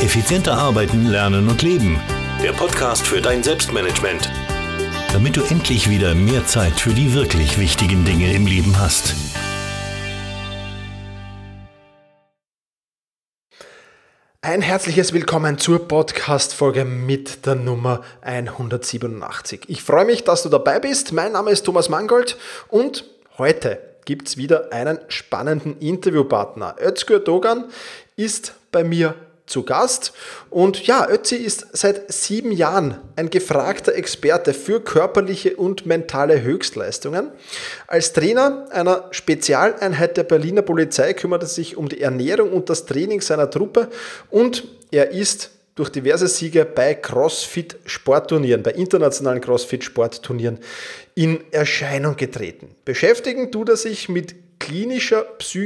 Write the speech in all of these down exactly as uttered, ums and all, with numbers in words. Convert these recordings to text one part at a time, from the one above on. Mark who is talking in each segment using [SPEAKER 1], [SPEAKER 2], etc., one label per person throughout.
[SPEAKER 1] Effizienter arbeiten, lernen und leben. Der Podcast für dein Selbstmanagement. Damit du endlich wieder mehr Zeit für die wirklich wichtigen Dinge im Leben hast.
[SPEAKER 2] Ein herzliches Willkommen zur Podcast-Folge mit der Nummer hundertsiebenundachtzig. Ich freue mich, dass du dabei bist. Mein Name ist Thomas Mangold und heute gibt es wieder einen spannenden Interviewpartner. Özgür Dogan ist bei mir zu Gast und ja, Ötzi ist seit sieben Jahren ein gefragter Experte für körperliche und mentale Höchstleistungen. Als Trainer einer Spezialeinheit der Berliner Polizei kümmert er sich um die Ernährung und das Training seiner Truppe und er ist durch diverse Siege bei CrossFit-Sportturnieren, bei internationalen CrossFit-Sportturnieren in Erscheinung getreten. Beschäftigen tut er sich mit klinischer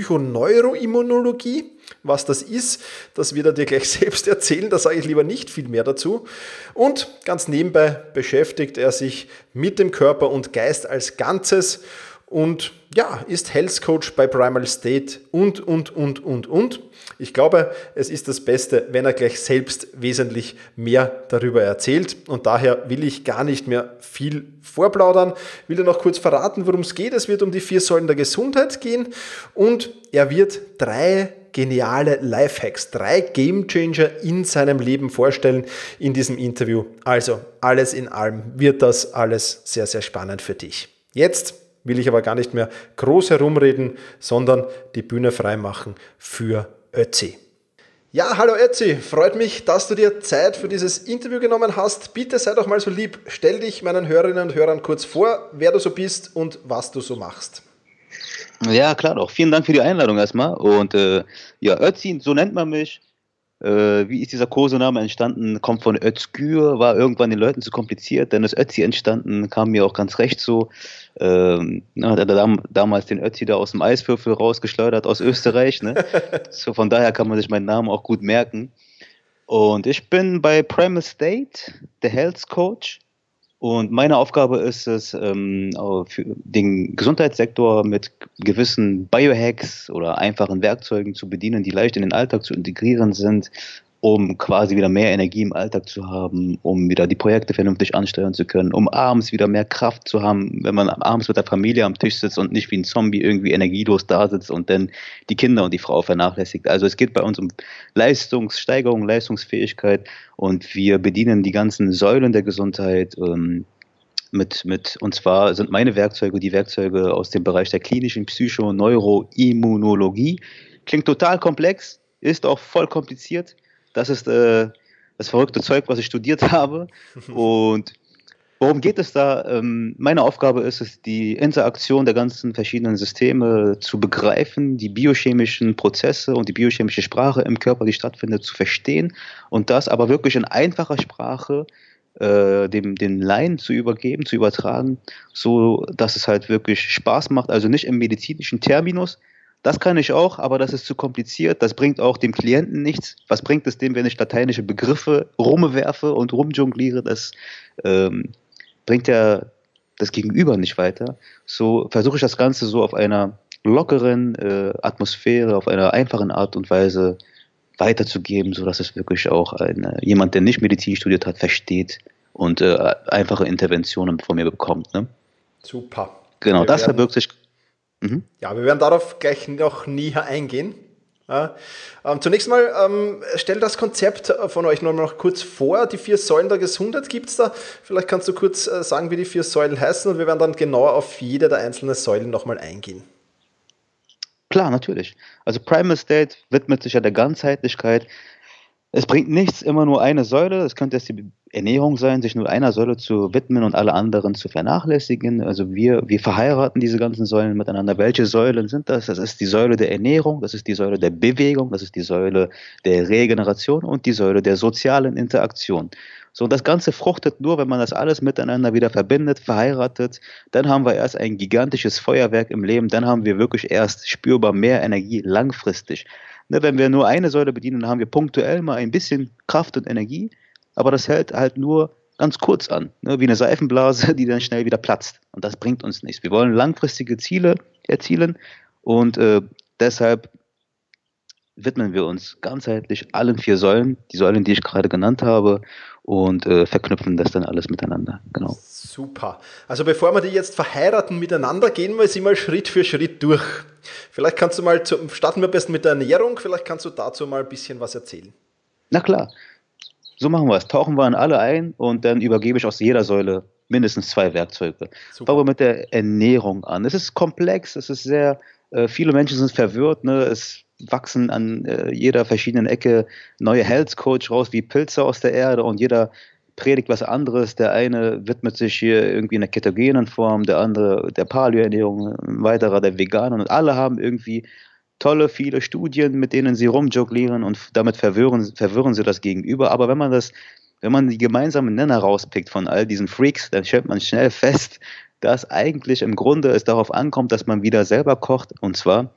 [SPEAKER 2] Psychoneuroimmunologie. Was das ist, das wird er dir gleich selbst erzählen, da sage ich lieber nicht viel mehr dazu. Und ganz nebenbei beschäftigt er sich mit dem Körper und Geist als Ganzes und ja, ist Health Coach bei Primal State und, und, und, und, und. Ich glaube, es ist das Beste, wenn er gleich selbst wesentlich mehr darüber erzählt und daher will ich gar nicht mehr viel vorplaudern. Will er noch kurz verraten, worum es geht. Es wird um die vier Säulen der Gesundheit gehen und er wird drei geniale Lifehacks, drei Gamechanger in seinem Leben vorstellen in diesem Interview. Also alles in allem wird das alles sehr, sehr spannend für dich. Jetzt will ich aber gar nicht mehr groß herumreden, sondern die Bühne freimachen für Ötzi. Ja, hallo Ötzi, freut mich, dass du dir Zeit für dieses Interview genommen hast. Bitte sei doch mal so lieb, stell dich meinen Hörerinnen und Hörern kurz vor, wer du so bist und was du so machst.
[SPEAKER 3] Ja, klar doch. Vielen Dank für die Einladung erstmal. Und äh, ja, Ötzi, so nennt man mich. Äh, wie ist dieser Kosename entstanden? Kommt von Özgür, war irgendwann den Leuten zu kompliziert. Dann ist Ötzi entstanden, kam mir auch ganz recht so. Ähm, na, hat er dam- damals den Ötzi da aus dem Eiswürfel rausgeschleudert aus Österreich. Ne? So, von daher kann man sich meinen Namen auch gut merken. Und ich bin bei Primal State, der Health Coach. Und meine Aufgabe ist es, ähm, für den Gesundheitssektor mit gewissen Biohacks oder einfachen Werkzeugen zu bedienen, die leicht in den Alltag zu integrieren sind, um quasi wieder mehr Energie im Alltag zu haben, um wieder die Projekte vernünftig ansteuern zu können, um abends wieder mehr Kraft zu haben, wenn man abends mit der Familie am Tisch sitzt und nicht wie ein Zombie irgendwie energielos da sitzt und dann die Kinder und die Frau vernachlässigt. Also es geht bei uns um Leistungssteigerung, Leistungsfähigkeit und wir bedienen die ganzen Säulen der Gesundheit ähm, mit, mit, und zwar sind meine Werkzeuge die Werkzeuge aus dem Bereich der klinischen Psychoneuroimmunologie. Klingt total komplex, ist auch voll kompliziert. Das ist äh, das verrückte Zeug, was ich studiert habe. Und worum geht es da? Ähm, meine Aufgabe ist es, die Interaktion der ganzen verschiedenen Systeme zu begreifen, die biochemischen Prozesse und die biochemische Sprache im Körper, die stattfindet, zu verstehen und das aber wirklich in einfacher Sprache äh, dem, den Laien zu übergeben, zu übertragen, so dass es halt wirklich Spaß macht, also nicht im medizinischen Terminus. Das kann ich auch, aber das ist zu kompliziert. Das bringt auch dem Klienten nichts. Was bringt es dem, wenn ich lateinische Begriffe rumwerfe und rumjongliere? Das ähm, bringt ja das Gegenüber nicht weiter. So versuche ich das Ganze so auf einer lockeren äh, Atmosphäre, auf einer einfachen Art und Weise weiterzugeben, sodass es wirklich auch eine, jemand, der nicht Medizin studiert hat, versteht und äh, einfache Interventionen von mir bekommt. Ne?
[SPEAKER 2] Super.
[SPEAKER 3] Genau,
[SPEAKER 2] Wir
[SPEAKER 3] das
[SPEAKER 2] werden-
[SPEAKER 3] verbirgt sich. Mhm.
[SPEAKER 2] Ja, wir werden darauf gleich noch näher eingehen. Ja, ähm, zunächst mal, ähm, stell das Konzept von euch noch mal kurz vor. Die vier Säulen der Gesundheit gibt es da. Vielleicht kannst du kurz äh, sagen, wie die vier Säulen heißen und wir werden dann genauer auf jede der einzelnen Säulen nochmal eingehen.
[SPEAKER 3] Klar, natürlich. Also Primal State widmet sich ja der Ganzheitlichkeit. Es bringt nichts, immer nur eine Säule. Es könnte jetzt die Ernährung sein, sich nur einer Säule zu widmen und alle anderen zu vernachlässigen. Also wir, wir verheiraten diese ganzen Säulen miteinander. Welche Säulen sind das? Das ist die Säule der Ernährung, das ist die Säule der Bewegung, das ist die Säule der Regeneration und die Säule der sozialen Interaktion. So, und das Ganze fruchtet nur, wenn man das alles miteinander wieder verbindet, verheiratet. Dann haben wir erst ein gigantisches Feuerwerk im Leben. Dann haben wir wirklich erst spürbar mehr Energie langfristig. Ne, wenn wir nur eine Säule bedienen, dann haben wir punktuell mal ein bisschen Kraft und Energie, aber das hält halt nur ganz kurz an, ne, wie eine Seifenblase, die dann schnell wieder platzt. Und das bringt uns nichts. Wir wollen langfristige Ziele erzielen und äh, deshalb widmen wir uns ganzheitlich allen vier Säulen, die Säulen, die ich gerade genannt habe, und äh, verknüpfen das dann alles miteinander. Genau.
[SPEAKER 2] Super. Also bevor wir die jetzt verheiraten miteinander, gehen wir sie mal Schritt für Schritt durch. Vielleicht kannst du mal, zu, starten wir am besten mit der Ernährung, vielleicht kannst du dazu mal ein bisschen was erzählen.
[SPEAKER 3] Na klar, so machen wir es. Tauchen wir in alle ein und dann übergebe ich aus jeder Säule mindestens zwei Werkzeuge.
[SPEAKER 2] Super.
[SPEAKER 3] Fangen wir mit der Ernährung an. Es ist komplex, es ist sehr, äh, viele Menschen sind verwirrt, ne? Es wachsen an äh, jeder verschiedenen Ecke neue Health Coach raus, wie Pilze aus der Erde, und jeder predigt was anderes. Der eine widmet sich hier irgendwie einer ketogenen Form, der andere der Paleo-Ernährung, ein weiterer der veganen, und alle haben irgendwie tolle, viele Studien, mit denen sie rumjonglieren, und damit verwirren, verwirren sie das Gegenüber. Aber wenn man das, wenn man die gemeinsamen Nenner rauspickt von all diesen Freaks, dann stellt man schnell fest, dass eigentlich im Grunde es darauf ankommt, dass man wieder selber kocht, und zwar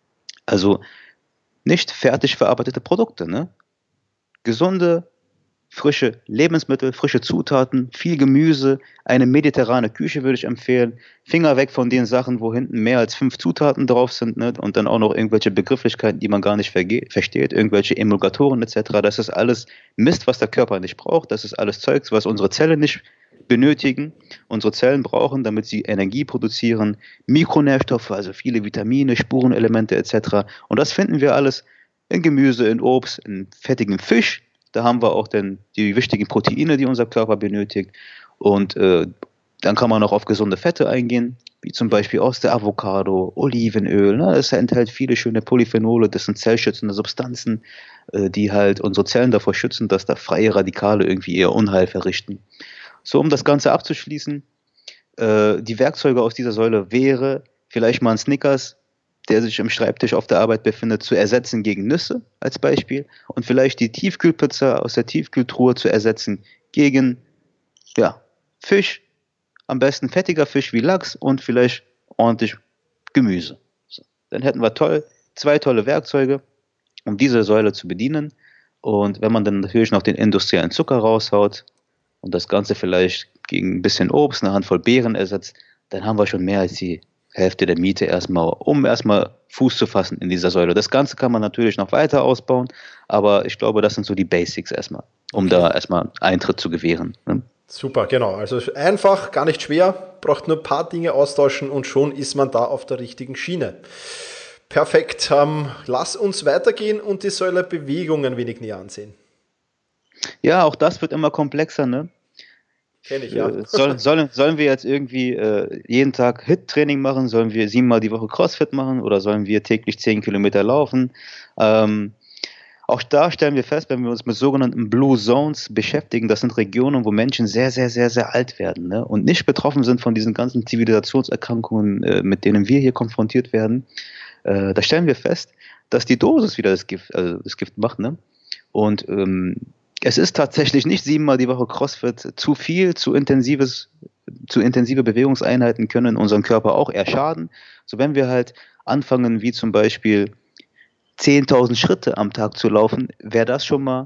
[SPEAKER 3] also nicht fertig verarbeitete Produkte, ne? Gesunde, frische Lebensmittel, frische Zutaten, viel Gemüse, eine mediterrane Küche würde ich empfehlen. Finger weg von den Sachen, wo hinten mehr als fünf Zutaten drauf sind, ne? Und dann auch noch irgendwelche Begrifflichkeiten, die man gar nicht verge- versteht, irgendwelche Emulgatoren et cetera. Das ist alles Mist, was der Körper nicht braucht. Das ist alles Zeugs, was unsere Zellen nicht benötigen. Unsere Zellen brauchen, damit sie Energie produzieren, Mikronährstoffe, also viele Vitamine, Spurenelemente et cetera. Und das finden wir alles in Gemüse, in Obst, in fettigem Fisch. Da haben wir auch dann die wichtigen Proteine, die unser Körper benötigt. Und äh, dann kann man noch auf gesunde Fette eingehen, wie zum Beispiel aus der Avocado, Olivenöl. Ne? Das enthält viele schöne Polyphenole, das sind zellschützende Substanzen, äh, die halt unsere Zellen davor schützen, dass da freie Radikale irgendwie ihr Unheil verrichten. So, um das Ganze abzuschließen, äh, die Werkzeuge aus dieser Säule wäre vielleicht mal ein Snickers, der sich im Schreibtisch auf der Arbeit befindet, zu ersetzen gegen Nüsse als Beispiel, und vielleicht die Tiefkühlpizza aus der Tiefkühltruhe zu ersetzen gegen ja, Fisch, am besten fettiger Fisch wie Lachs und vielleicht ordentlich Gemüse. So, dann hätten wir toll, zwei tolle Werkzeuge, um diese Säule zu bedienen, und wenn man dann natürlich noch den industriellen Zucker raushaut und das Ganze vielleicht gegen ein bisschen Obst, eine Handvoll Beeren ersetzt, dann haben wir schon mehr als die Hälfte der Miete erstmal, um erstmal Fuß zu fassen in dieser Säule. Das Ganze kann man natürlich noch weiter ausbauen, aber ich glaube, das sind so die Basics erstmal, um okay. da erstmal Eintritt zu gewähren. Ne?
[SPEAKER 2] Super, genau. Also einfach, gar nicht schwer, braucht nur ein paar Dinge austauschen und schon ist man da auf der richtigen Schiene. Perfekt. Ähm, lass uns weitergehen und die Säule Bewegung ein wenig näher ansehen.
[SPEAKER 3] Ja, auch das wird immer komplexer, ne?
[SPEAKER 2] Kenn ich, ja.
[SPEAKER 3] Soll, sollen, sollen wir jetzt irgendwie äh, jeden Tag H I I T-Training machen? Sollen wir siebenmal die Woche CrossFit machen? Oder sollen wir täglich zehn Kilometer laufen? Ähm, auch da stellen wir fest, wenn wir uns mit sogenannten Blue Zones beschäftigen, das sind Regionen, wo Menschen sehr, sehr, sehr, sehr alt werden, ne? Und nicht betroffen sind von diesen ganzen Zivilisationserkrankungen, äh, mit denen wir hier konfrontiert werden. Äh, da stellen wir fest, dass die Dosis wieder das Gift, also das Gift macht, ne? Und ähm, es ist tatsächlich nicht siebenmal die Woche CrossFit zu viel, zu intensives, zu intensive Bewegungseinheiten können unseren Körper auch eher schaden. So, wenn wir halt anfangen, wie zum Beispiel zehntausend Schritte am Tag zu laufen, wäre das schon mal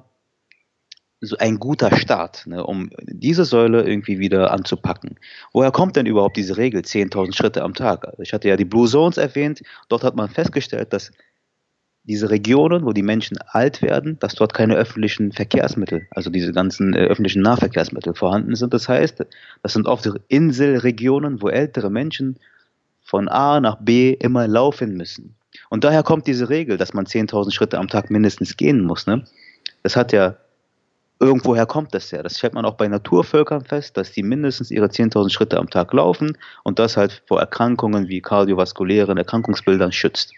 [SPEAKER 3] so ein guter Start, ne, um diese Säule irgendwie wieder anzupacken. Woher kommt denn überhaupt diese Regel, zehntausend Schritte am Tag? Also ich hatte ja die Blue Zones erwähnt, dort hat man festgestellt, dass diese Regionen, wo die Menschen alt werden, dass dort keine öffentlichen Verkehrsmittel, also diese ganzen äh, öffentlichen Nahverkehrsmittel vorhanden sind. Das heißt, das sind oft Inselregionen, wo ältere Menschen von A nach B immer laufen müssen. Und daher kommt diese Regel, dass man zehntausend Schritte am Tag mindestens gehen muss. Ne? Das hat ja, irgendwoher kommt das ja. Das stellt man auch bei Naturvölkern fest, dass die mindestens ihre zehntausend Schritte am Tag laufen und das halt vor Erkrankungen wie kardiovaskulären Erkrankungsbildern schützt.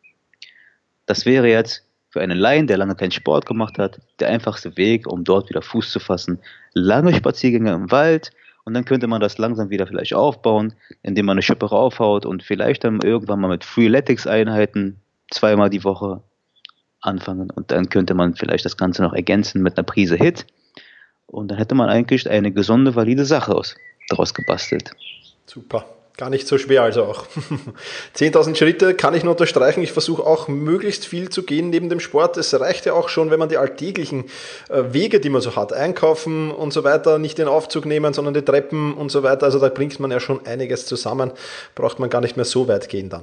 [SPEAKER 3] Das wäre jetzt für einen Laien, der lange keinen Sport gemacht hat, der einfachste Weg, um dort wieder Fuß zu fassen. Lange Spaziergänge im Wald, und dann könnte man das langsam wieder vielleicht aufbauen, indem man eine Schippe raufhaut und vielleicht dann irgendwann mal mit Freeletics-Einheiten zweimal die Woche anfangen. Und dann könnte man vielleicht das Ganze noch ergänzen mit einer Prise H I I T. Und dann hätte man eigentlich eine gesunde, valide Sache aus, daraus gebastelt.
[SPEAKER 2] Super. Gar nicht so schwer also auch. zehntausend Schritte kann ich nur unterstreichen. Ich versuche auch möglichst viel zu gehen neben dem Sport. Es reicht ja auch schon, wenn man die alltäglichen Wege, die man so hat, einkaufen und so weiter, nicht den Aufzug nehmen, sondern die Treppen und so weiter. Also da bringt man ja schon einiges zusammen. Braucht man gar nicht mehr so weit gehen dann.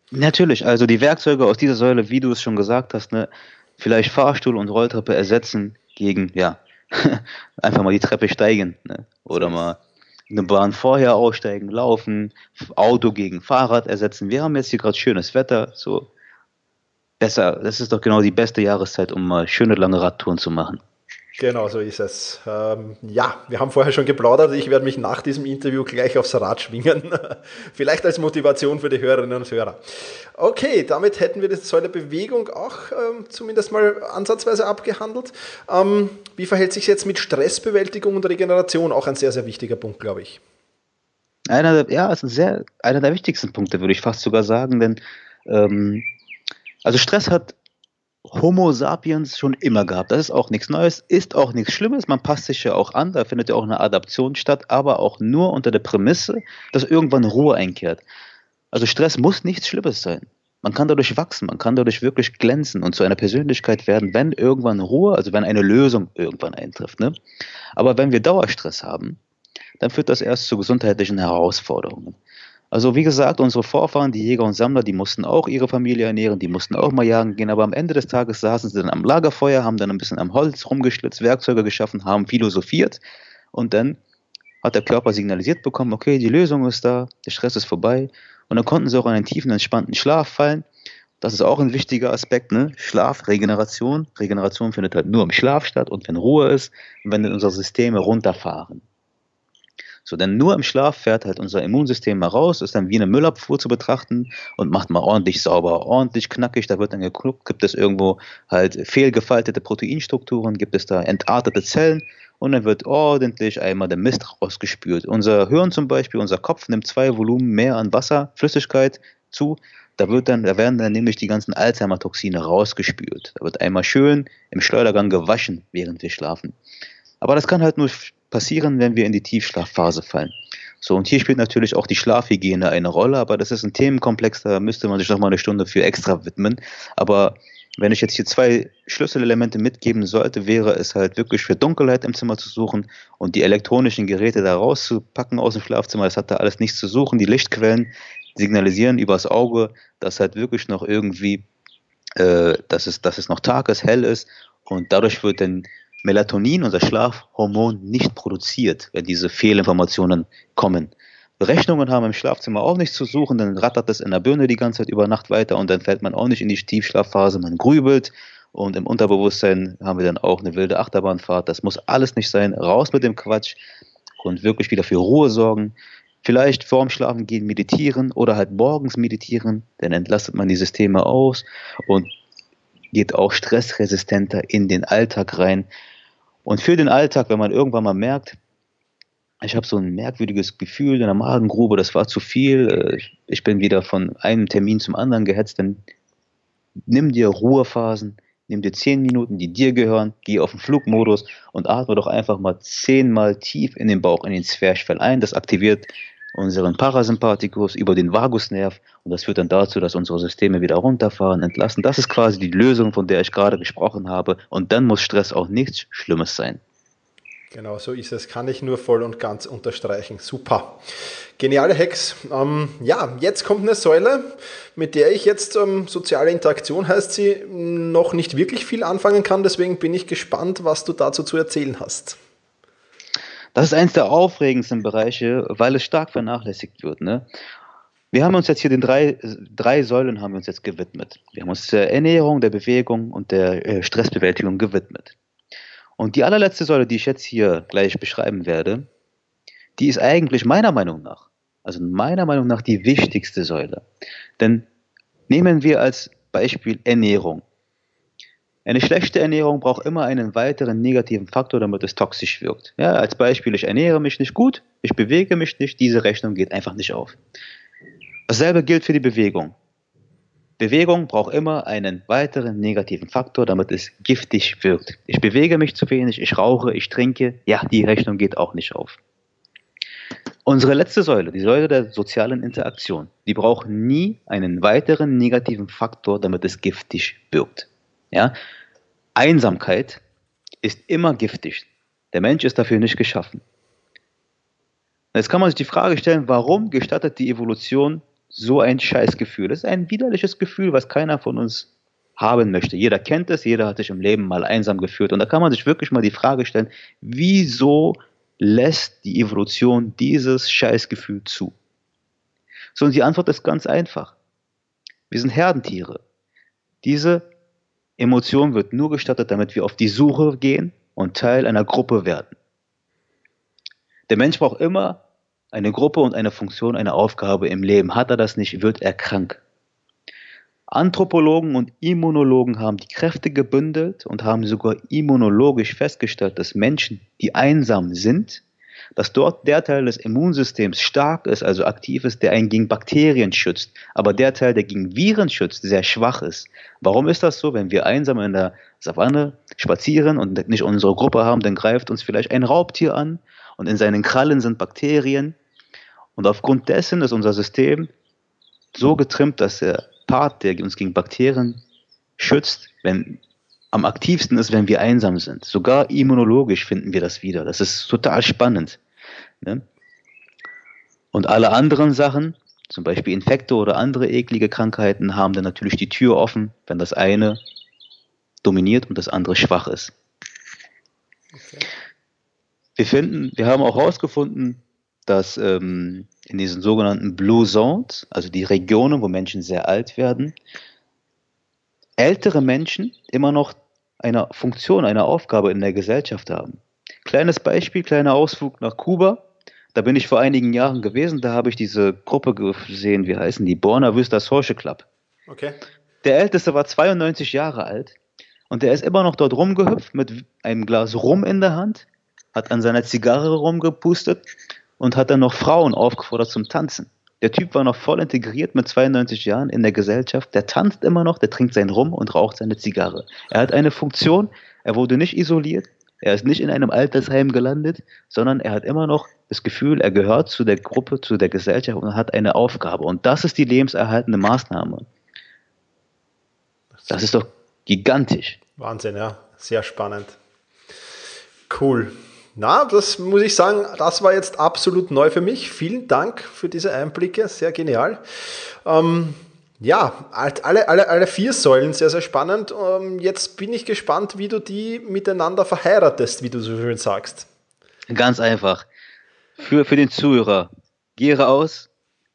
[SPEAKER 3] Natürlich, also die Werkzeuge aus dieser Säule, wie du es schon gesagt hast, ne, vielleicht Fahrstuhl und Rolltreppe ersetzen gegen, ja, einfach mal die Treppe steigen, ne? Oder mal eine Bahn vorher aussteigen, laufen, Auto gegen Fahrrad ersetzen. Wir haben jetzt hier gerade schönes Wetter, so besser, das ist doch genau die beste Jahreszeit, um mal schöne lange Radtouren zu machen.
[SPEAKER 2] Genau, so ist es. Ähm, ja, wir haben vorher schon geplaudert. Ich werde mich nach diesem Interview gleich aufs Rad schwingen. Vielleicht als Motivation für die Hörerinnen und Hörer. Okay, damit hätten wir die Säule Bewegung auch ähm, zumindest mal ansatzweise abgehandelt. Ähm, wie verhält sich jetzt mit Stressbewältigung und Regeneration? Auch ein sehr, sehr wichtiger Punkt, glaube ich.
[SPEAKER 3] Einer der, ja, ist ein sehr, einer der wichtigsten Punkte, würde ich fast sogar sagen, denn ähm, also Stress hat Homo sapiens schon immer gehabt. Das ist auch nichts Neues, ist auch nichts Schlimmes. Man passt sich ja auch an, da findet ja auch eine Adaption statt, aber auch nur unter der Prämisse, dass irgendwann Ruhe einkehrt. Also Stress muss nichts Schlimmes sein. Man kann dadurch wachsen, man kann dadurch wirklich glänzen und zu einer Persönlichkeit werden, wenn irgendwann Ruhe, also wenn eine Lösung irgendwann eintrifft. Ne? Aber wenn wir Dauerstress haben, dann führt das erst zu gesundheitlichen Herausforderungen. Also wie gesagt, unsere Vorfahren, die Jäger und Sammler, die mussten auch ihre Familie ernähren, die mussten auch mal jagen gehen, aber am Ende des Tages saßen sie dann am Lagerfeuer, haben dann ein bisschen am Holz rumgeschlitzt, Werkzeuge geschaffen, haben philosophiert und dann hat der Körper signalisiert bekommen, okay, die Lösung ist da, der Stress ist vorbei und dann konnten sie auch in einen tiefen, entspannten Schlaf fallen. Das ist auch ein wichtiger Aspekt, ne? Schlaf, Regeneration. Regeneration findet halt nur im Schlaf statt und wenn Ruhe ist und wenn unsere Systeme runterfahren. So, denn nur im Schlaf fährt halt unser Immunsystem mal raus, ist dann wie eine Müllabfuhr zu betrachten und macht mal ordentlich sauber, ordentlich knackig, da wird dann geguckt, gibt es irgendwo halt fehlgefaltete Proteinstrukturen, gibt es da entartete Zellen und dann wird ordentlich einmal der Mist rausgespült. Unser Hirn zum Beispiel, unser Kopf nimmt zwei Volumen mehr an Wasser, Flüssigkeit zu, da wird dann, da werden dann nämlich die ganzen Alzheimer-Toxine rausgespült. Da wird einmal schön im Schleudergang gewaschen, während wir schlafen. Aber das kann halt nur passieren, wenn wir in die Tiefschlafphase fallen. So, und hier spielt natürlich auch die Schlafhygiene eine Rolle, aber das ist ein Themenkomplex, da müsste man sich noch mal eine Stunde für extra widmen. Aber wenn ich jetzt hier zwei Schlüsselelemente mitgeben sollte, wäre es halt wirklich für Dunkelheit im Zimmer zu suchen und die elektronischen Geräte da rauszupacken aus dem Schlafzimmer, das hat da alles nichts zu suchen. Die Lichtquellen signalisieren übers Auge, dass halt wirklich noch irgendwie, äh, dass es, dass es noch Tag ist, hell ist und dadurch wird dann Melatonin, unser Schlafhormon, nicht produziert, wenn diese Fehlinformationen kommen. Berechnungen haben im Schlafzimmer auch nichts zu suchen, dann rattert das in der Birne die ganze Zeit über Nacht weiter und dann fällt man auch nicht in die Tiefschlafphase, man grübelt und im Unterbewusstsein haben wir dann auch eine wilde Achterbahnfahrt. Das muss alles nicht sein, raus mit dem Quatsch und wirklich wieder für Ruhe sorgen. Vielleicht vorm Schlafen gehen meditieren oder halt morgens meditieren, dann entlastet man die Systeme aus und geht auch stressresistenter in den Alltag rein. Und für den Alltag, wenn man irgendwann mal merkt, ich habe so ein merkwürdiges Gefühl in der Magengrube, das war zu viel, ich bin wieder von einem Termin zum anderen gehetzt, dann nimm dir Ruhephasen, nimm dir zehn Minuten, die dir gehören, geh auf den Flugmodus und atme doch einfach mal zehnmal tief in den Bauch, in den Zwerchfell ein. Das aktiviert unseren Parasympathikus über den Vagusnerv und das führt dann dazu, dass unsere Systeme wieder runterfahren, entlasten. Das ist quasi die Lösung, von der ich gerade gesprochen habe und dann muss Stress auch nichts Schlimmes sein.
[SPEAKER 2] Genau, so ist es. Kann ich nur voll und ganz unterstreichen. Super. Geniale Hacks. Ähm, ja, jetzt kommt eine Säule, mit der ich jetzt ähm, soziale Interaktion, heißt sie, noch nicht wirklich viel anfangen kann. Deswegen bin ich gespannt, was du dazu zu erzählen hast.
[SPEAKER 3] Das ist eins der aufregendsten Bereiche, weil es stark vernachlässigt wird. Ne? Wir haben uns jetzt hier den drei, drei Säulen haben wir uns jetzt gewidmet. Wir haben uns der Ernährung, der Bewegung und der äh, Stressbewältigung gewidmet. Und die allerletzte Säule, die ich jetzt hier gleich beschreiben werde, die ist eigentlich meiner Meinung nach, also meiner Meinung nach die wichtigste Säule. Denn nehmen wir als Beispiel Ernährung. Eine schlechte Ernährung braucht immer einen weiteren negativen Faktor, damit es toxisch wirkt. Ja, als Beispiel, ich ernähre mich nicht gut, ich bewege mich nicht, diese Rechnung geht einfach nicht auf. Dasselbe gilt für die Bewegung. Bewegung braucht immer einen weiteren negativen Faktor, damit es giftig wirkt. Ich bewege mich zu wenig, ich rauche, ich trinke, ja, die Rechnung geht auch nicht auf. Unsere letzte Säule, die Säule der sozialen Interaktion, die braucht nie einen weiteren negativen Faktor, damit es giftig wirkt. Ja? Einsamkeit ist immer giftig. Der Mensch ist dafür nicht geschaffen. Jetzt kann man sich die Frage stellen, warum gestattet die Evolution so ein Scheißgefühl. Das ist ein widerliches Gefühl, was keiner von uns haben möchte. Jeder kennt es, jeder hat sich im Leben mal einsam gefühlt. Und da kann man sich wirklich mal die Frage stellen, wieso lässt die Evolution dieses Scheißgefühl zu? So, und die Antwort ist ganz einfach. Wir sind Herdentiere. Diese Emotion wird nur gestattet, damit wir auf die Suche gehen und Teil einer Gruppe werden. Der Mensch braucht immer eine Gruppe und eine Funktion, eine Aufgabe im Leben. Hat er das nicht, wird er krank. Anthropologen und Immunologen haben die Kräfte gebündelt und haben sogar immunologisch festgestellt, dass Menschen, die einsam sind, dass dort der Teil des Immunsystems stark ist, also aktiv ist, der einen gegen Bakterien schützt, aber der Teil, der gegen Viren schützt, sehr schwach ist. Warum ist das so? Wenn wir einsam in der Savanne spazieren und nicht unsere Gruppe haben, dann greift uns vielleicht ein Raubtier an und in seinen Krallen sind Bakterien. Und aufgrund dessen ist unser System so getrimmt, dass der Part, der uns gegen Bakterien schützt, wenn, am aktivsten ist, wenn wir einsam sind. Sogar immunologisch finden wir das wieder. Das ist total spannend. Ne? Und alle anderen Sachen, zum Beispiel Infekte oder andere eklige Krankheiten, haben dann natürlich die Tür offen, wenn das eine dominiert und das andere schwach ist. Okay. Wir finden, wir haben auch herausgefunden, dass ähm, in diesen sogenannten Blue Zones, also die Regionen, wo Menschen sehr alt werden, ältere Menschen immer noch eine Funktion, eine Aufgabe in der Gesellschaft haben. Kleines Beispiel, kleiner Ausflug nach Kuba. Da bin ich vor einigen Jahren gewesen, da habe ich diese Gruppe gesehen, wie heißen die? Buena Vista Social Club. Okay. Der Älteste war zweiundneunzig Jahre alt und der ist immer noch dort rumgehüpft mit einem Glas Rum in der Hand, hat an seiner Zigarre rumgepustet und hat dann noch Frauen aufgefordert zum Tanzen. Der Typ war noch voll integriert mit zweiundneunzig Jahren in der Gesellschaft. Der tanzt immer noch, der trinkt seinen Rum und raucht seine Zigarre. Er hat eine Funktion, er wurde nicht isoliert, er ist nicht in einem Altersheim gelandet, sondern er hat immer noch das Gefühl, er gehört zu der Gruppe, zu der Gesellschaft und hat eine Aufgabe. Und das ist die lebenserhaltende Maßnahme. Das ist doch gigantisch.
[SPEAKER 2] Wahnsinn, ja. Sehr spannend. Cool. Na, das muss ich sagen, das war jetzt absolut neu für mich. Vielen Dank für diese Einblicke, sehr genial. Ähm, ja, alle, alle, alle vier Säulen sehr, sehr spannend. Ähm, jetzt bin ich gespannt, wie du die miteinander verheiratest, wie du so schön sagst.
[SPEAKER 3] Ganz einfach. Für, für den Zuhörer, geh raus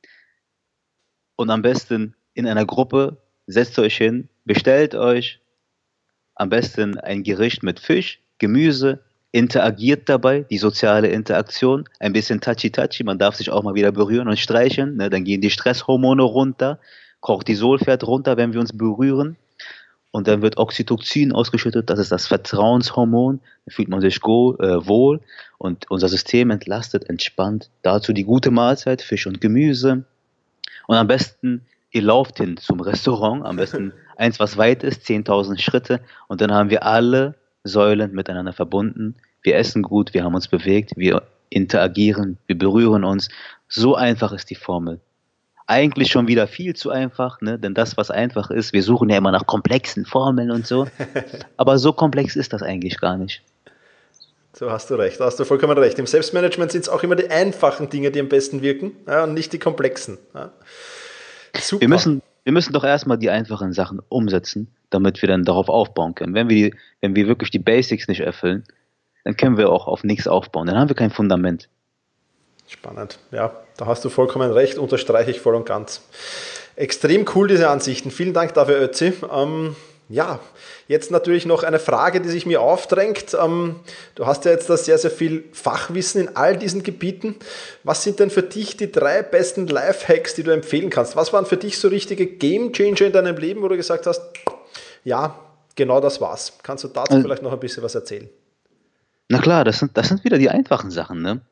[SPEAKER 3] und am besten in einer Gruppe, setzt euch hin, bestellt euch am besten ein Gericht mit Fisch, Gemüse, interagiert dabei, die soziale Interaktion, ein bisschen touchy-touchy, man darf sich auch mal wieder berühren und streicheln, ne? Dann gehen die Stresshormone runter, Cortisol fährt runter, wenn wir uns berühren und dann wird Oxytocin ausgeschüttet, das ist das Vertrauenshormon, da fühlt man sich go, äh, wohl und unser System entlastet, entspannt, dazu die gute Mahlzeit, Fisch und Gemüse und am besten ihr lauft hin zum Restaurant, am besten eins, was weit ist, zehntausend Schritte und dann haben wir alle Säulen miteinander verbunden. Wir essen gut, wir haben uns bewegt, wir interagieren, wir berühren uns. So einfach ist die Formel. Eigentlich schon wieder viel zu einfach, ne? Denn das, was einfach ist, wir suchen ja immer nach komplexen Formeln und so. Aber so komplex ist das eigentlich gar nicht.
[SPEAKER 2] So hast du recht, da hast du vollkommen recht. Im Selbstmanagement sind es auch immer die einfachen Dinge, die am besten wirken, ja, und nicht die komplexen. Ja.
[SPEAKER 3] Super. Wir müssen, wir müssen doch erstmal die einfachen Sachen umsetzen, damit wir dann darauf aufbauen können. Wenn wir, die, wenn wir wirklich die Basics nicht erfüllen, dann können wir auch auf nichts aufbauen. Dann haben wir kein Fundament.
[SPEAKER 2] Spannend. Ja, da hast du vollkommen recht, unterstreiche ich voll und ganz. Extrem cool, diese Ansichten. Vielen Dank dafür, Ötzi. Ähm, ja, jetzt natürlich noch eine Frage, die sich mir aufdrängt. Ähm, du hast ja jetzt da sehr, sehr viel Fachwissen in all diesen Gebieten. Was sind denn für dich die drei besten Lifehacks, die du empfehlen kannst? Was waren für dich so richtige Gamechanger in deinem Leben, wo du gesagt hast, ja, genau das war's. Kannst du dazu also, vielleicht noch ein bisschen was erzählen?
[SPEAKER 3] Na klar, das sind, das sind wieder die einfachen Sachen, ne?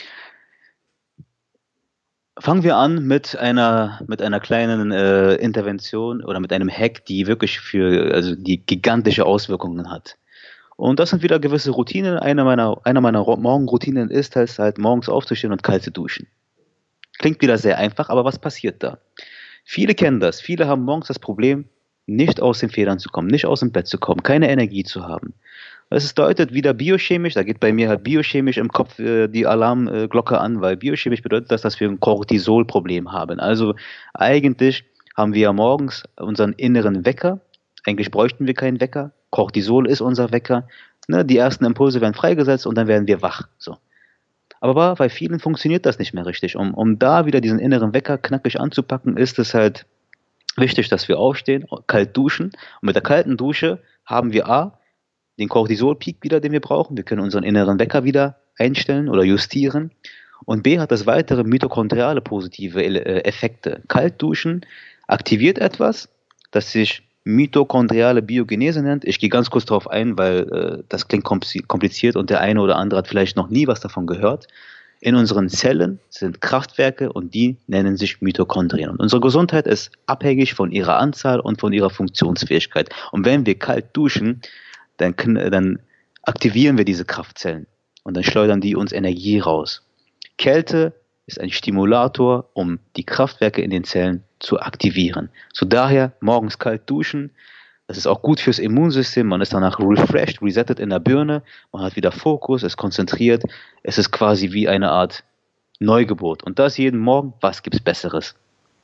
[SPEAKER 3] Fangen wir an mit einer, mit einer kleinen äh, Intervention oder mit einem Hack, die wirklich für, also die gigantische Auswirkungen hat. Und das sind wieder gewisse Routinen. Eine meiner, einer meiner Morgenroutinen ist es halt, morgens aufzustehen und kalt zu duschen. Klingt wieder sehr einfach, aber was passiert da? Viele kennen das. Viele haben morgens das Problem, nicht aus den Federn zu kommen, nicht aus dem Bett zu kommen, keine Energie zu haben. Es bedeutet wieder biochemisch, da geht bei mir halt biochemisch im Kopf äh, die Alarmglocke an, weil biochemisch bedeutet das, dass wir ein Cortisolproblem haben. Also eigentlich haben wir ja morgens unseren inneren Wecker, eigentlich bräuchten wir keinen Wecker, Cortisol ist unser Wecker, ne? Die ersten Impulse werden freigesetzt und dann werden wir wach. So. Aber bei vielen funktioniert das nicht mehr richtig. Um, um da wieder diesen inneren Wecker knackig anzupacken, ist es halt wichtig, dass wir aufstehen, kalt duschen. Und mit der kalten Dusche haben wir A, den Cortisol-Peak wieder, den wir brauchen. Wir können unseren inneren Wecker wieder einstellen oder justieren. Und B hat das weitere mitochondriale positive Effekte. Kalt duschen aktiviert etwas, das sich mitochondriale Biogenese nennt. Ich gehe ganz kurz darauf ein, weil äh, das klingt kompliziert und der eine oder andere hat vielleicht noch nie was davon gehört. In unseren Zellen sind Kraftwerke und die nennen sich Mitochondrien. Und unsere Gesundheit ist abhängig von ihrer Anzahl und von ihrer Funktionsfähigkeit. Und wenn wir kalt duschen, dann, dann aktivieren wir diese Kraftzellen und dann schleudern die uns Energie raus. Kälte ist ein Stimulator, um die Kraftwerke in den Zellen zu aktivieren. So daher morgens kalt duschen. Das ist auch gut fürs Immunsystem. Man ist danach refreshed, resettet in der Birne. Man hat wieder Fokus, ist konzentriert. Es ist quasi wie eine Art Neugeburt. Und das jeden Morgen. Was gibt's Besseres?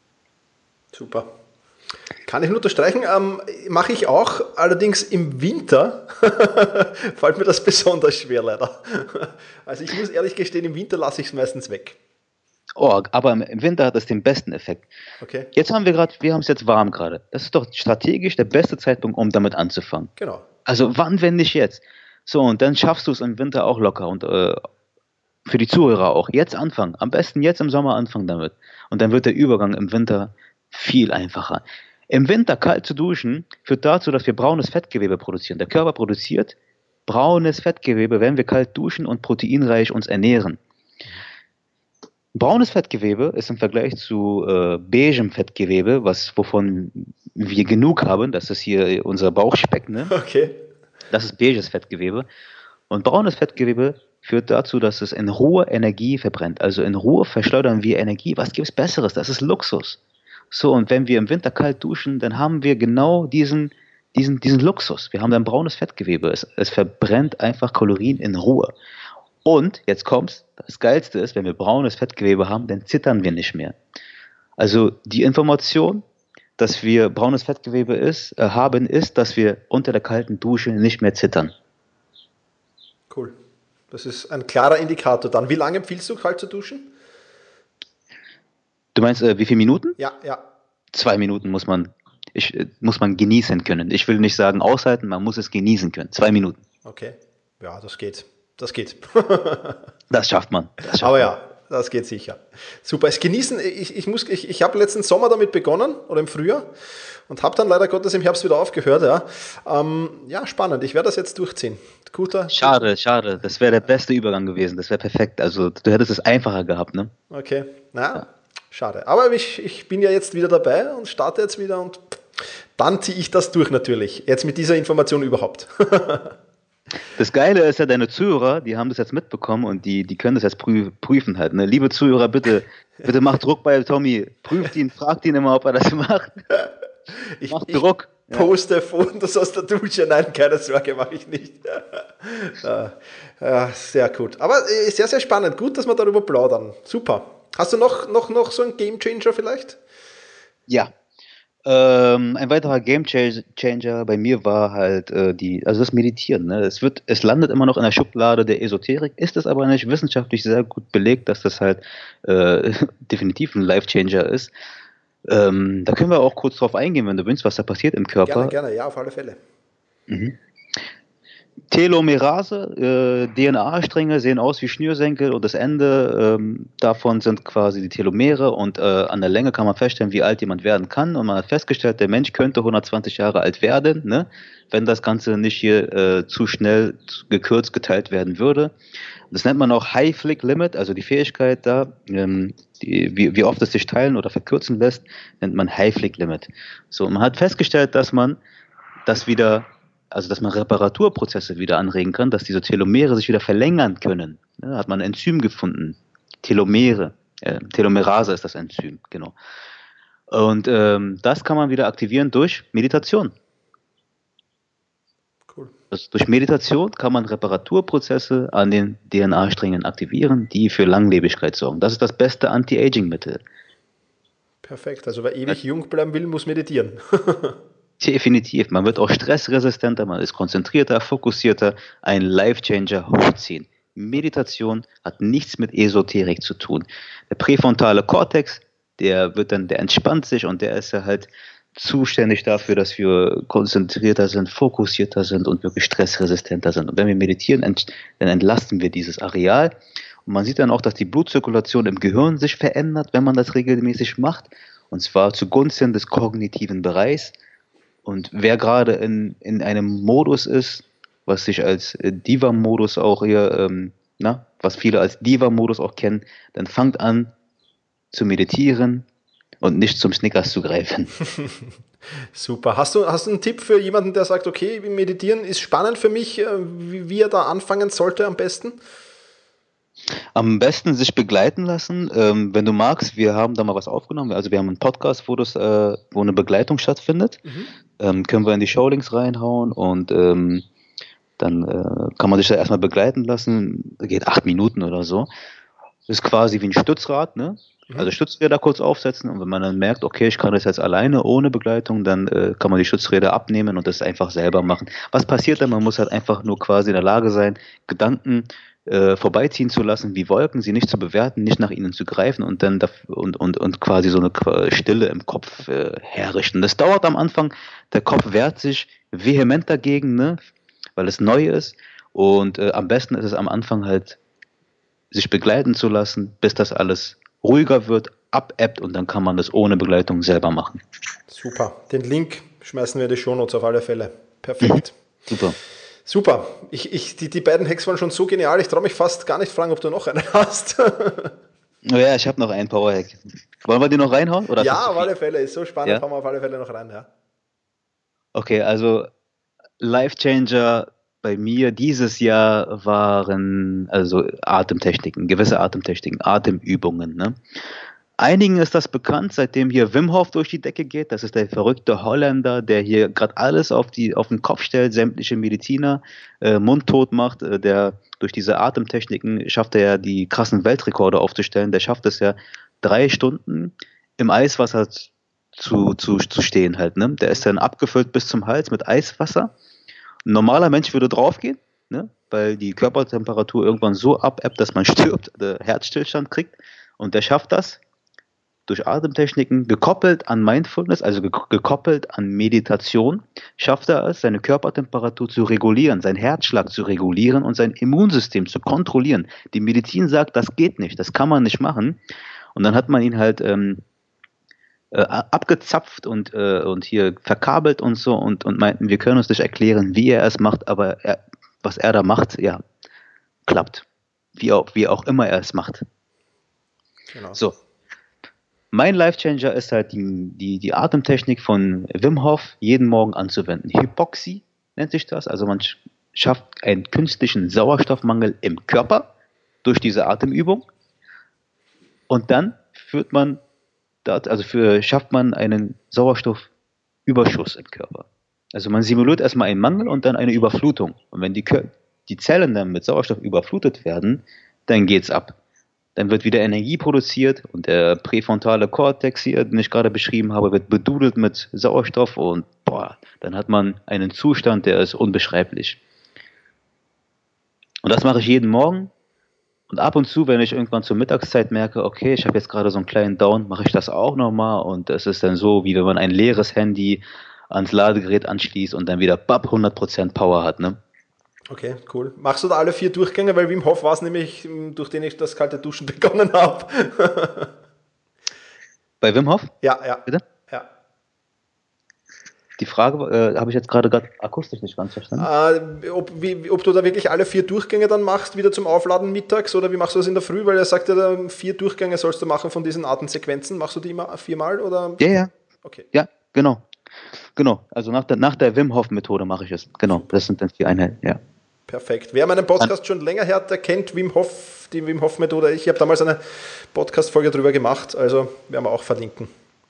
[SPEAKER 2] Super. Kann ich nur unterstreichen. Ähm, mache ich auch. Allerdings im Winter fällt mir das besonders schwer leider. Also ich muss ehrlich gestehen, im Winter lasse ich es meistens weg.
[SPEAKER 3] Oh, aber im Winter hat das den besten Effekt.
[SPEAKER 2] Okay.
[SPEAKER 3] Jetzt haben wir gerade, wir haben es jetzt warm gerade. Das ist doch strategisch der beste Zeitpunkt, um damit anzufangen.
[SPEAKER 2] Genau.
[SPEAKER 3] Also wann, wenn nicht jetzt? So, und dann schaffst du es im Winter auch locker und äh, für die Zuhörer auch. Jetzt anfangen. Am besten jetzt im Sommer anfangen damit. Und dann wird der Übergang im Winter viel einfacher. Im Winter kalt zu duschen führt dazu, dass wir braunes Fettgewebe produzieren. Der Körper produziert braunes Fettgewebe, wenn wir kalt duschen und proteinreich uns ernähren. Braunes Fettgewebe ist im Vergleich zu äh, beigem Fettgewebe, was, wovon wir genug haben, das ist hier unser Bauchspeck, ne?
[SPEAKER 2] Okay.
[SPEAKER 3] Das ist beiges Fettgewebe. Und braunes Fettgewebe führt dazu, dass es in Ruhe Energie verbrennt. Also in Ruhe verschleudern wir Energie. Was gibt es Besseres? Das ist Luxus. So, und wenn wir im Winter kalt duschen, dann haben wir genau diesen, diesen, diesen Luxus. Wir haben dann braunes Fettgewebe. Es, es verbrennt einfach Kalorien in Ruhe. Und, jetzt kommt's, das Geilste ist, wenn wir braunes Fettgewebe haben, dann zittern wir nicht mehr. Also die Information, dass wir braunes Fettgewebe ist, äh, haben, ist, dass wir unter der kalten Dusche nicht mehr zittern.
[SPEAKER 2] Cool. Das ist ein klarer Indikator dann. Wie lange empfiehlst du, kalt zu duschen?
[SPEAKER 3] Du meinst, äh, wie viele Minuten?
[SPEAKER 2] Ja, ja.
[SPEAKER 3] Zwei Minuten muss man, ich, äh, muss man genießen können. Ich will nicht sagen aushalten, man muss es genießen können. Zwei Minuten.
[SPEAKER 2] Okay. Ja, das geht. Das geht.
[SPEAKER 3] Das schafft man. Das schafft
[SPEAKER 2] Aber
[SPEAKER 3] man.
[SPEAKER 2] ja, das geht sicher. Super. Es genießen, ich, ich, muss, ich, ich habe letzten Sommer damit begonnen oder im Frühjahr und habe dann leider Gottes im Herbst wieder aufgehört. Ja, ähm, ja spannend. Ich werde das jetzt durchziehen. Guter.
[SPEAKER 3] Schade, schade. Das wäre der beste Übergang gewesen. Das wäre perfekt. Also du hättest es einfacher gehabt, ne?
[SPEAKER 2] Okay. Na, ja. Schade. Aber ich, ich bin ja jetzt wieder dabei und starte jetzt wieder und dann ziehe ich das durch natürlich. Jetzt mit dieser Information überhaupt.
[SPEAKER 3] Das Geile ist ja, deine Zuhörer, die haben das jetzt mitbekommen und die, die können das jetzt prü- prüfen halt. Ne? Liebe Zuhörer, bitte, bitte macht Druck bei Tommy. Prüft ihn, fragt ihn immer, ob er das macht.
[SPEAKER 2] Ich,
[SPEAKER 3] Macht
[SPEAKER 2] ich
[SPEAKER 3] Druck.
[SPEAKER 2] poste ja. Fotos aus der Dusche. Nein, keine Sorge, mache ich nicht. Ja, sehr gut. Aber sehr, sehr spannend. Gut, dass wir darüber plaudern. Super. Hast du noch, noch, noch so einen Gamechanger vielleicht?
[SPEAKER 3] Ja. Ähm, ein weiterer Gamechanger bei mir war halt äh, die, also das Meditieren. Ne? Es wird, es landet immer noch in der Schublade der Esoterik, ist es aber nicht wissenschaftlich sehr gut belegt, dass das halt äh, definitiv ein Life-Changer ist. Ähm, da können wir auch kurz drauf eingehen, wenn du willst, was da passiert im Körper.
[SPEAKER 2] Gerne, gerne, ja, auf alle Fälle.
[SPEAKER 3] Mhm. Telomerase, äh, D N A-Stränge sehen aus wie Schnürsenkel und das Ende ähm, davon sind quasi die Telomere und äh, an der Länge kann man feststellen, wie alt jemand werden kann und man hat festgestellt, der Mensch könnte hundertzwanzig Jahre alt werden, ne, wenn das Ganze nicht hier äh, zu schnell gekürzt geteilt werden würde. Das nennt man auch High Flick Limit, also die Fähigkeit da, ähm, die, wie, wie oft es sich teilen oder verkürzen lässt, nennt man High Flick Limit. So, man hat festgestellt, dass man das wieder Also, dass man Reparaturprozesse wieder anregen kann, dass diese Telomere sich wieder verlängern können. Ja, hat man ein Enzym gefunden. Telomere. Äh, Telomerase ist das Enzym, genau. Und ähm, das kann man wieder aktivieren durch Meditation.
[SPEAKER 2] Cool.
[SPEAKER 3] Also durch Meditation kann man Reparaturprozesse an den D N A-Strängen aktivieren, die für Langlebigkeit sorgen. Das ist das beste Anti-Aging-Mittel.
[SPEAKER 2] Perfekt. Also wer ewig jung bleiben will, muss meditieren.
[SPEAKER 3] Definitiv. Man wird auch stressresistenter, man ist konzentrierter, fokussierter, ein Life-Changer hochziehen. Meditation hat nichts mit Esoterik zu tun. Der präfrontale Kortex, der wird dann, der entspannt sich und der ist ja halt zuständig dafür, dass wir konzentrierter sind, fokussierter sind und wirklich stressresistenter sind. Und wenn wir meditieren, dann entlasten wir dieses Areal. Und man sieht dann auch, dass die Blutzirkulation im Gehirn sich verändert, wenn man das regelmäßig macht. Und zwar zugunsten des kognitiven Bereichs. Und wer gerade in, in einem Modus ist, was sich als Diva-Modus auch hier, ähm, na, was viele als Diva-Modus auch kennen, dann fangt an zu meditieren und nicht zum Snickers zu greifen.
[SPEAKER 2] Super. Hast du, hast du einen Tipp für jemanden, der sagt, okay, meditieren ist spannend für mich, wie, wie er da anfangen sollte am besten?
[SPEAKER 3] Am besten sich begleiten lassen. Ähm, wenn du magst, wir haben da mal was aufgenommen. Also wir haben einen Podcast, wo, das, äh, wo eine Begleitung stattfindet. Mhm. Ähm, können wir in die Showlinks reinhauen und ähm, dann äh, kann man sich da erstmal begleiten lassen. Geht acht Minuten oder so. Das ist quasi wie ein Stützrad, ne? Mhm. Also Stützräder kurz aufsetzen und wenn man dann merkt, okay, ich kann das jetzt alleine ohne Begleitung, dann äh, kann man die Stützräder abnehmen und das einfach selber machen. Was passiert dann? Man muss halt einfach nur quasi in der Lage sein, Gedanken äh, vorbeiziehen zu lassen, wie Wolken, sie nicht zu bewerten, nicht nach ihnen zu greifen und dann daf- und, und, und quasi so eine Stille im Kopf äh, herrichten. Das dauert am Anfang, der Kopf wehrt sich vehement dagegen, ne? Weil es neu ist und äh, am besten ist es am Anfang halt, sich begleiten zu lassen, bis das alles ruhiger wird, abebbt und dann kann man das ohne Begleitung selber machen.
[SPEAKER 2] Super. Den Link schmeißen wir in die Shownotes auf alle Fälle. Perfekt.
[SPEAKER 3] Super.
[SPEAKER 2] Super. Ich, ich, die, die beiden Hacks waren schon so genial, ich traue mich fast gar nicht fragen, ob du noch einen hast.
[SPEAKER 3] Ja, ich habe noch einen Powerhack. Wollen wir den noch reinhauen? Oder
[SPEAKER 2] ja, auf alle Fälle. Ist so spannend,
[SPEAKER 3] ja?
[SPEAKER 2] Hauen wir auf alle Fälle noch rein. Ja.
[SPEAKER 3] Okay, also Life Changer bei mir dieses Jahr waren also Atemtechniken, gewisse Atemtechniken, Atemübungen. Ne? Einigen ist das bekannt, seitdem hier Wim Hof durch die Decke geht. Das ist der verrückte Holländer, der hier gerade alles auf, die, auf den Kopf stellt, sämtliche Mediziner äh, mundtot macht. Äh, der durch diese Atemtechniken schafft er ja die krassen Weltrekorde aufzustellen. Der schafft es ja drei Stunden im Eiswasser zu, zu, zu stehen halt. Ne? Der ist dann abgefüllt bis zum Hals mit Eiswasser. Ein normaler Mensch würde draufgehen, ne? Weil die Körpertemperatur irgendwann so abebbt, dass man stirbt, der Herzstillstand kriegt. Und der schafft das durch Atemtechniken, gekoppelt an Mindfulness, also ge- gekoppelt an Meditation, schafft er es, seine Körpertemperatur zu regulieren, seinen Herzschlag zu regulieren und sein Immunsystem zu kontrollieren. Die Medizin sagt, das geht nicht, das kann man nicht machen. Und dann hat man ihn halt ähm, äh, abgezapft und, äh, und hier verkabelt und so und, und meinten, wir können uns nicht erklären, wie er es macht, aber er, was er da macht, ja, klappt. Wie auch, wie auch immer er es macht.
[SPEAKER 2] Genau.
[SPEAKER 3] So. Mein Life-Changer ist halt die, die, die Atemtechnik von Wim Hof jeden Morgen anzuwenden. Hypoxie nennt sich das. Also man schafft einen künstlichen Sauerstoffmangel im Körper durch diese Atemübung. Und dann führt man, also für, schafft man einen Sauerstoffüberschuss im Körper. Also man simuliert erstmal einen Mangel und dann eine Überflutung. Und wenn die, die Zellen dann mit Sauerstoff überflutet werden, dann geht's ab. Dann wird wieder Energie produziert und der präfrontale Kortex hier, den ich gerade beschrieben habe, wird bedudelt mit Sauerstoff und boah, dann hat man einen Zustand, der ist unbeschreiblich. Und das mache ich jeden Morgen und ab und zu, wenn ich irgendwann zur Mittagszeit merke, okay, ich habe jetzt gerade so einen kleinen Down, mache ich das auch nochmal und es ist dann so, wie wenn man ein leeres Handy ans Ladegerät anschließt und dann wieder bap, hundert Prozent Power hat, ne?
[SPEAKER 2] Okay, cool. Machst du da alle vier Durchgänge? Weil Wim Hof war es nämlich, durch den ich das kalte Duschen begonnen habe.
[SPEAKER 3] Bei Wim Hof?
[SPEAKER 2] Ja, ja.
[SPEAKER 3] Bitte?
[SPEAKER 2] Ja.
[SPEAKER 3] Die Frage äh, habe ich jetzt gerade gerade akustisch nicht ganz verstanden.
[SPEAKER 2] Äh, ob, wie, ob du da wirklich alle vier Durchgänge dann machst, wieder zum Aufladen mittags, oder wie machst du das in der Früh? Weil er sagt ja, vier Durchgänge sollst du machen von diesen Atemsequenzen. Machst du die immer viermal? Oder?
[SPEAKER 3] Ja, ja.
[SPEAKER 2] Okay.
[SPEAKER 3] Ja, genau. Genau. Also nach der, nach der Wim Hof Methode mache ich es. Genau. Das sind dann vier Einheiten, ja.
[SPEAKER 2] Perfekt. Wer meinen Podcast schon länger hört, der kennt Wim Hof, die Wim Hof Methode. Ich habe damals eine Podcast-Folge drüber gemacht, also werden wir auch verlinken.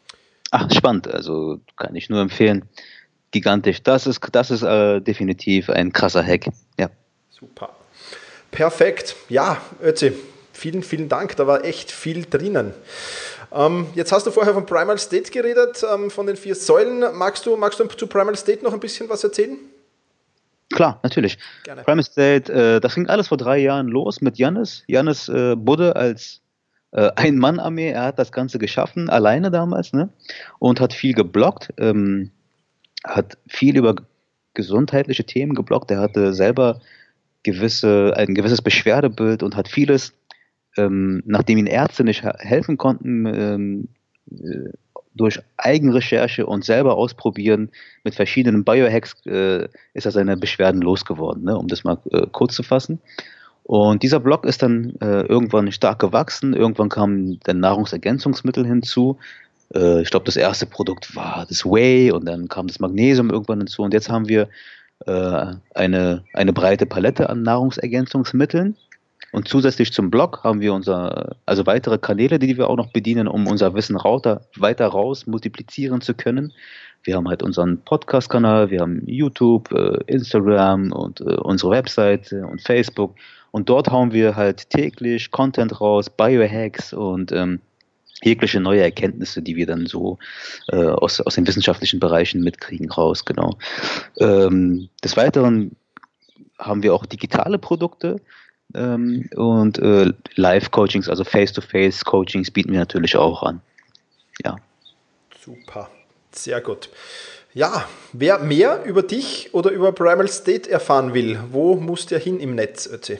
[SPEAKER 3] Ach, spannend. Also kann ich nur empfehlen. Gigantisch. Das ist, das ist äh, definitiv ein krasser Hack. Ja.
[SPEAKER 2] Super. Perfekt. Ja, Ötzi, vielen, vielen Dank. Da war echt viel drinnen. Ähm, jetzt hast du vorher von Primal State geredet, ähm, von den vier Säulen. Magst du, magst du zu Primal State noch ein bisschen was erzählen?
[SPEAKER 3] Klar, natürlich. Gerne. Primal State, äh, das ging alles vor drei Jahren los mit Yannis. Yannis äh, Budde als äh, Ein-Mann-Armee. Er hat das Ganze geschaffen, alleine damals, ne? Und hat viel gebloggt, ähm, hat viel über gesundheitliche Themen gebloggt. Er hatte selber gewisse, ein gewisses Beschwerdebild und hat vieles, ähm, nachdem ihm Ärzte nicht helfen konnten, ähm, äh, durch Eigenrecherche und selber ausprobieren mit verschiedenen Biohacks äh, ist er seine Beschwerden losgeworden, ne, um das mal äh, kurz zu fassen. Und dieser Blog ist dann äh, irgendwann stark gewachsen. Irgendwann kamen dann Nahrungsergänzungsmittel hinzu. Äh, ich glaube, das erste Produkt war das Whey und dann kam das Magnesium irgendwann hinzu. Und jetzt haben wir äh, eine, eine breite Palette an Nahrungsergänzungsmitteln. Und zusätzlich zum Blog haben wir unser, also weitere Kanäle, die wir auch noch bedienen, um unser Wissen rauter, weiter raus multiplizieren zu können. Wir haben halt unseren Podcast-Kanal, wir haben YouTube, äh, Instagram und äh, unsere Webseite und Facebook. Und dort hauen wir halt täglich Content raus, Biohacks und ähm, jegliche neue Erkenntnisse, die wir dann so äh, aus, aus den wissenschaftlichen Bereichen mitkriegen, raus, genau. Ähm, des Weiteren haben wir auch digitale Produkte. Ähm, und äh, Live-Coachings, also Face-to-Face-Coachings bieten wir natürlich auch an. Ja.
[SPEAKER 2] Super, sehr gut. Ja, wer mehr über dich oder über Primal State erfahren will, wo muss der hin im Netz, Ötzi?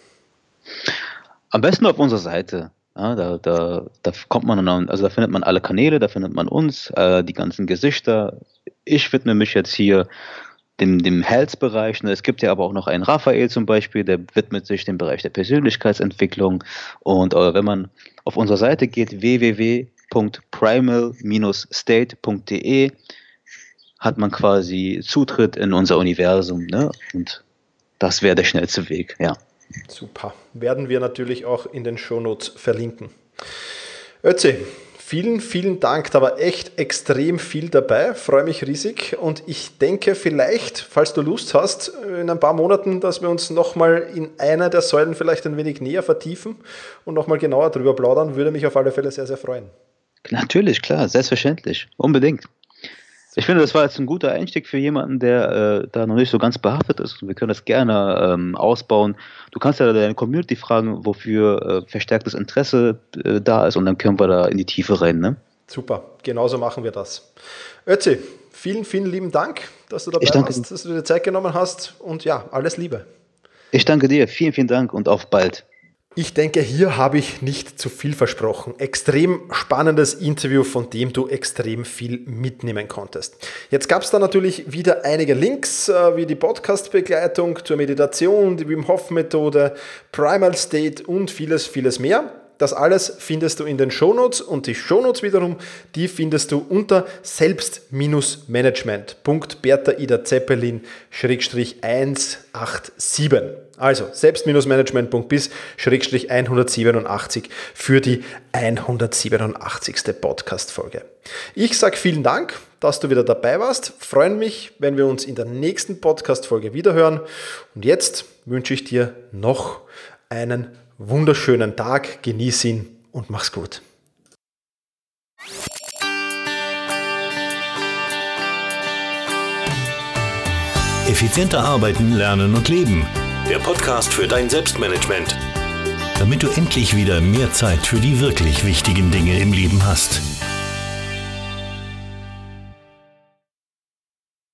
[SPEAKER 3] Am besten auf unserer Seite. Ja, da, da, da kommt man dann, also da findet man alle Kanäle, da findet man uns, äh, die ganzen Gesichter. Ich widme mich jetzt hier dem, dem Health-Bereich. Es gibt ja aber auch noch einen Raphael zum Beispiel, der widmet sich dem Bereich der Persönlichkeitsentwicklung. Und äh, wenn man auf unsere Seite geht, w w w punkt primal state punkt d e, hat man quasi Zutritt in unser Universum. Ne? Und das wäre der schnellste Weg, ja.
[SPEAKER 2] Super. Werden wir natürlich auch in den Shownotes verlinken. Ötzi, vielen, vielen Dank. Da war echt extrem viel dabei. Freue mich riesig. Und ich denke vielleicht, falls du Lust hast, in ein paar Monaten, dass wir uns nochmal in einer der Säulen vielleicht ein wenig näher vertiefen und nochmal genauer drüber plaudern, würde mich auf alle Fälle sehr, sehr freuen.
[SPEAKER 3] Natürlich, klar, selbstverständlich. Unbedingt. Ich finde, das war jetzt ein guter Einstieg für jemanden, der äh, da noch nicht so ganz behaftet ist. Wir können das gerne ähm, ausbauen. Du kannst ja deine Community fragen, wofür äh, verstärktes Interesse äh, da ist, und dann können wir da in die Tiefe rein. Ne?
[SPEAKER 2] Super, genauso machen wir das. Ötzi, vielen, vielen lieben Dank, dass du dabei warst, dass du dir Zeit genommen hast, und ja, alles Liebe.
[SPEAKER 3] Ich danke dir, vielen, vielen Dank und auf bald.
[SPEAKER 2] Ich denke, hier habe ich nicht zu viel versprochen. Extrem spannendes Interview, von dem du extrem viel mitnehmen konntest. Jetzt gab es da natürlich wieder einige Links, wie die Podcast-Begleitung zur Meditation, die Wim Hof Methode, Primal State und vieles, vieles mehr. Das alles findest du in den Shownotes, und die Shownotes wiederum, die findest du unter selbst-management punkt bertha ida zeppelin hundertsiebenundachtzig. Also selbst-management punkt bis hundertsiebenundachtzig für die hundertsiebenundachtzigste Podcast-Folge. Ich sage vielen Dank, dass du wieder dabei warst. Freue mich, wenn wir uns in der nächsten Podcast-Folge wiederhören. Und jetzt wünsche ich dir noch einen wunderschönen Tag, genieß ihn und mach's gut.
[SPEAKER 1] Effizienter arbeiten, lernen und leben. Der Podcast für dein Selbstmanagement. Damit du endlich wieder mehr Zeit für die wirklich wichtigen Dinge im Leben hast.